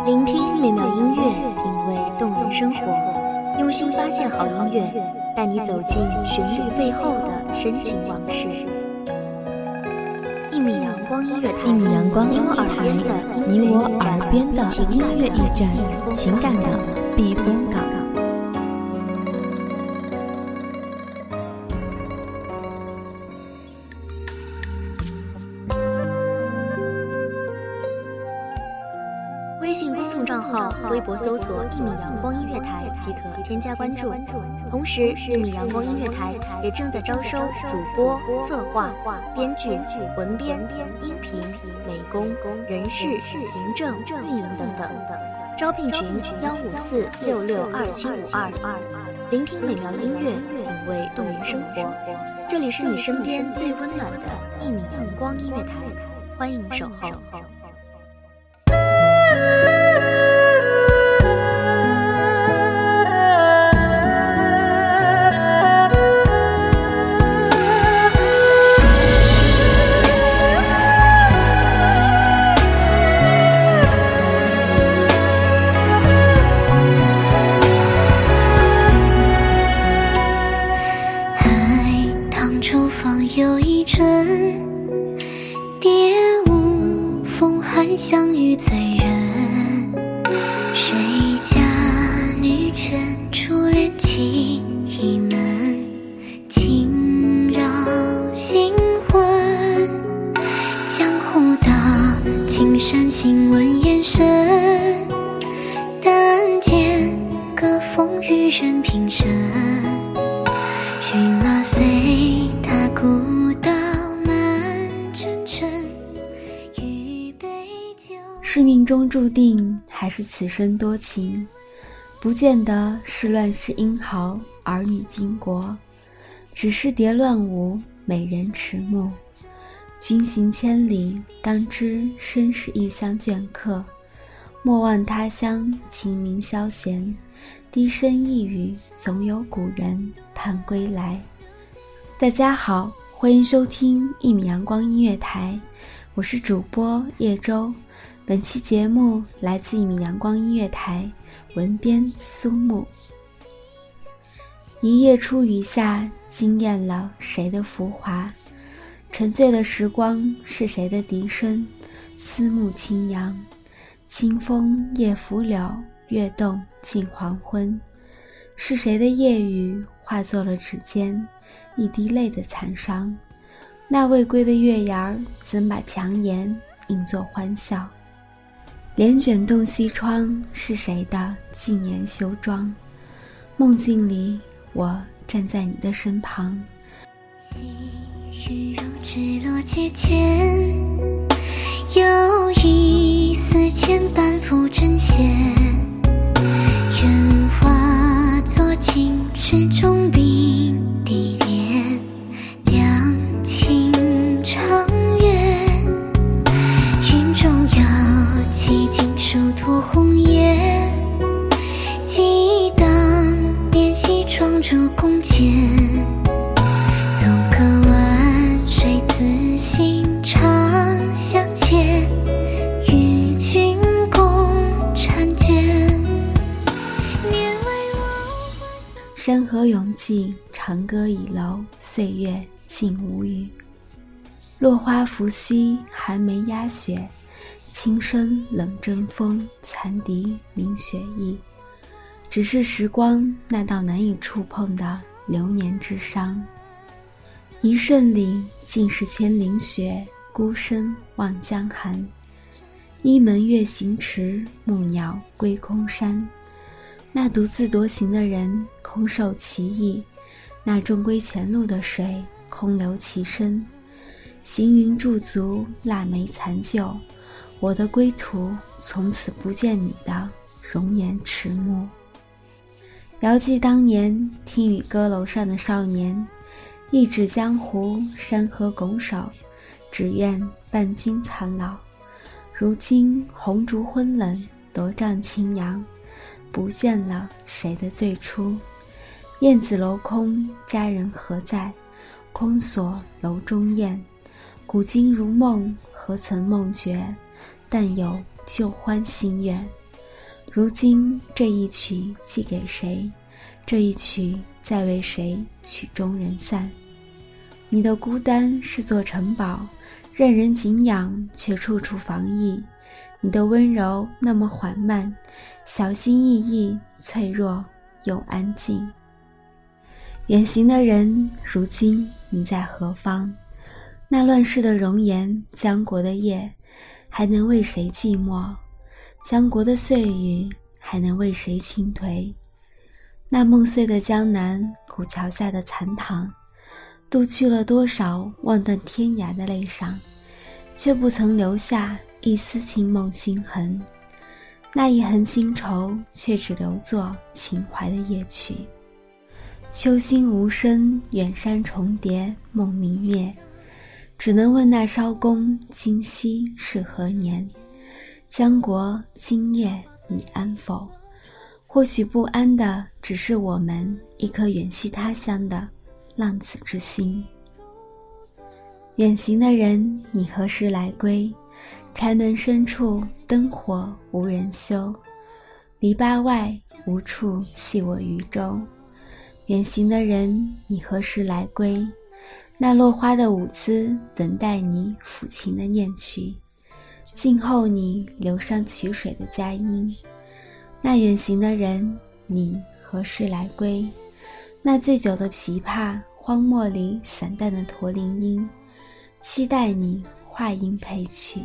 聆听美妙音乐，品味动人生活，用心发现好音乐，带你走进旋律背后的深情往事。一米阳光音乐台， 你我耳边的音乐驿站，情感的避风港。 微信公众账号、微博搜索“一米阳光音乐台”即可添加关注。同时，一米阳光音乐台也正在招收主播、策划、编剧、文编、音频、美工、人事、行政、运营等等。招聘群154662752。聆听美妙音乐，品味动人生活。这里是你身边最温暖的一米阳光音乐台，欢迎守候。 有一阵蝶舞，风寒相遇醉人，谁家女眷初恋起一门，轻绕心魂，江湖道青山新闻眼神，但见各风雨人平生，去那随他古道满沉沉，欲杯酒。 是命中注定，还是此生多情？不见得是乱世英豪，儿女巾帼，只是蝶乱舞，美人迟暮。君行千里，当知身是异乡倦客。莫忘他乡，清明消闲。低声一语，总有古人盼归来。大家好，欢迎收听一米阳光音乐台，我是主播叶舟。本期节目来自一米阳光音乐台，文编苏木。一夜初雨下，惊艳了谁的浮华？沉醉的时光是谁的笛声？思慕轻扬，清风夜拂柳，月动近黄昏。是谁的夜雨化作了指尖一滴泪的残伤？那未归的月牙儿怎把强颜映作欢笑？帘卷动西窗，是谁的静言修妆？梦境里我站在你的身旁， 细雨如纸落阶前，有一丝牵绊浮针线，人化作青池中冰滴莲，两情长远，云中摇起锦书托红颜，激荡滇西闯入宫前，纵隔万水自心常相牵，与君共婵娟。 山河永寂，长歌已楼，岁月静无语。落花拂溪，寒梅压雪，轻声冷阵风，残笛鸣雪意。只是时光那道难以触碰的流年之伤。一瞬里尽是千灵雪，孤身望江寒。一门月行迟，暮鸟归空山。那独自独行的人，空受其意；那终归前路的水，空留其身。行云驻足，腊梅残旧，我的归途从此不见你的容颜迟暮。遥记当年听雨歌楼上的少年，一指江湖，山河拱手，只愿伴君残老。如今红烛昏冷，罗帐轻扬，不见了谁的最初。燕子楼空，佳人何在？空锁楼中燕。古今如梦，何曾梦觉？但有旧欢心愿。 如今这一曲寄给谁？这一曲再为谁曲终人散？你的孤单是座城堡，任人敬仰，却处处防疫。你的温柔那么缓慢，小心翼翼，脆弱又安静。远行的人，如今你在何方？那乱世的容颜，江国的夜，还能为谁寂寞？江国的碎语，还能为谁倾颓？那梦碎的江南，古桥下的残塘，渡去了多少望断天涯的泪伤，却不曾留下一丝清梦心痕。那一痕新愁，却只留作情怀的夜曲。秋心无声，远山重叠，梦明灭。只能问那艄公，今夕是何年？江国今夜你安否？或许不安的只是我们一颗远系他乡的浪子之心。远行的人，你何时来归？柴门深处灯火无人修，篱笆外无处系我渔舟。远行的人，你何时来归？那落花的舞姿，等待你抚琴的念曲，静候你流上曲水的佳音。那远行的人，你何时来归？那醉酒的琵琶，荒漠里散淡的驼铃音，期待你话音配曲。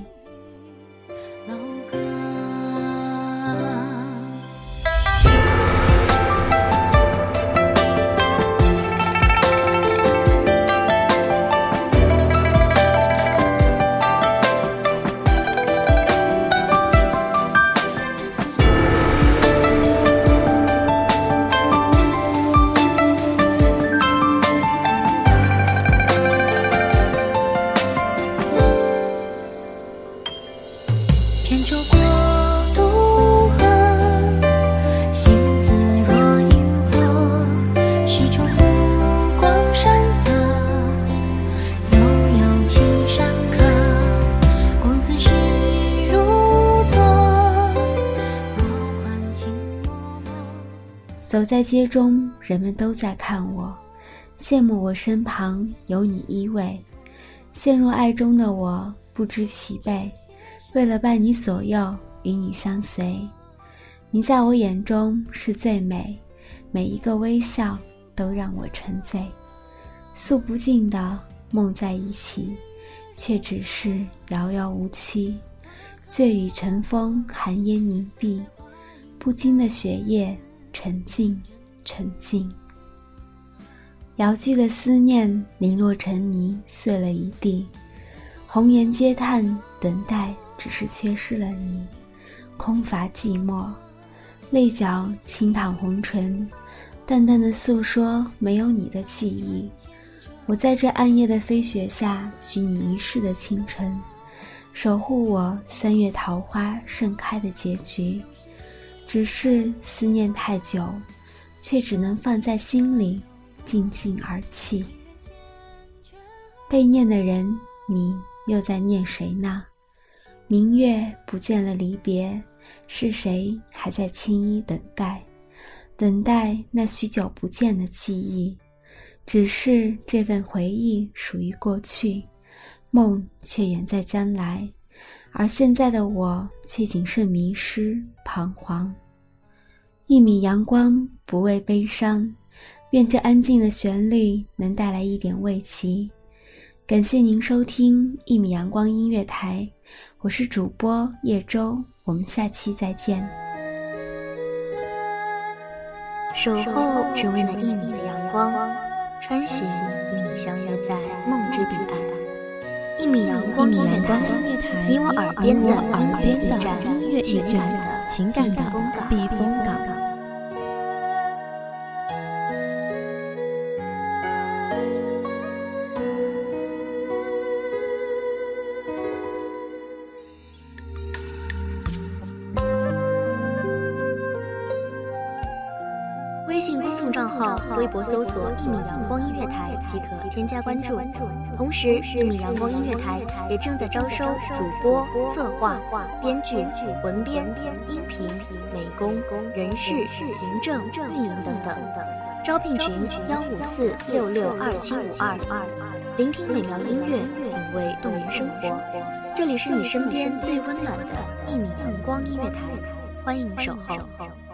扁舟过渡河，星子若萤火，石中湖光山色，悠悠青山客，公子时如昨，若宽情脉脉。 走在街中，人们都在看我，羡慕我身旁有你依偎。陷入爱中的我不知疲惫，为了伴你左右，与你相随。你在我眼中是最美，每一个微笑都让我沉醉。诉不尽的梦在一起，却只是遥遥无期。醉雨晨风，寒烟凝碧，不惊的雪夜，沉静沉静。遥寄的思念，零落成泥，碎了一地。红颜嗟叹，等待只是缺失了你，空乏寂寞。泪角轻淌红唇，淡淡的诉说没有你的记忆。我在这暗夜的飞雪下，许你一世的青春，守护我3月桃花盛开的结局。只是思念太久，却只能放在心里，静静而泣。被念的人，你又在念谁呢？明月不见了离别，是谁还在轻衣等待？等待那许久不见的记忆。只是这份回忆属于过去，梦却远在将来，而现在的我却仅剩迷失彷徨。一米阳光，不畏悲伤，愿这安静的旋律能带来一点慰藉。感谢您收听一米阳光音乐台，我是主播叶舟，我们下期再见。 守候只为那1米的阳光，穿行与你相约在梦之彼岸。1米阳光音乐台，你我耳边的音乐驿站，情感的避风港。微信公众众账号，微博搜索“一米阳光音乐台”即可添加关注。同时，一米阳光音乐台也正在招收主播、策划、编剧、文编、音频、美工、人事、行政、运营等等。招聘群154662752，聆听美妙音乐，品味动人生活。这里是你身边最温暖的一米阳光音乐台，欢迎守候。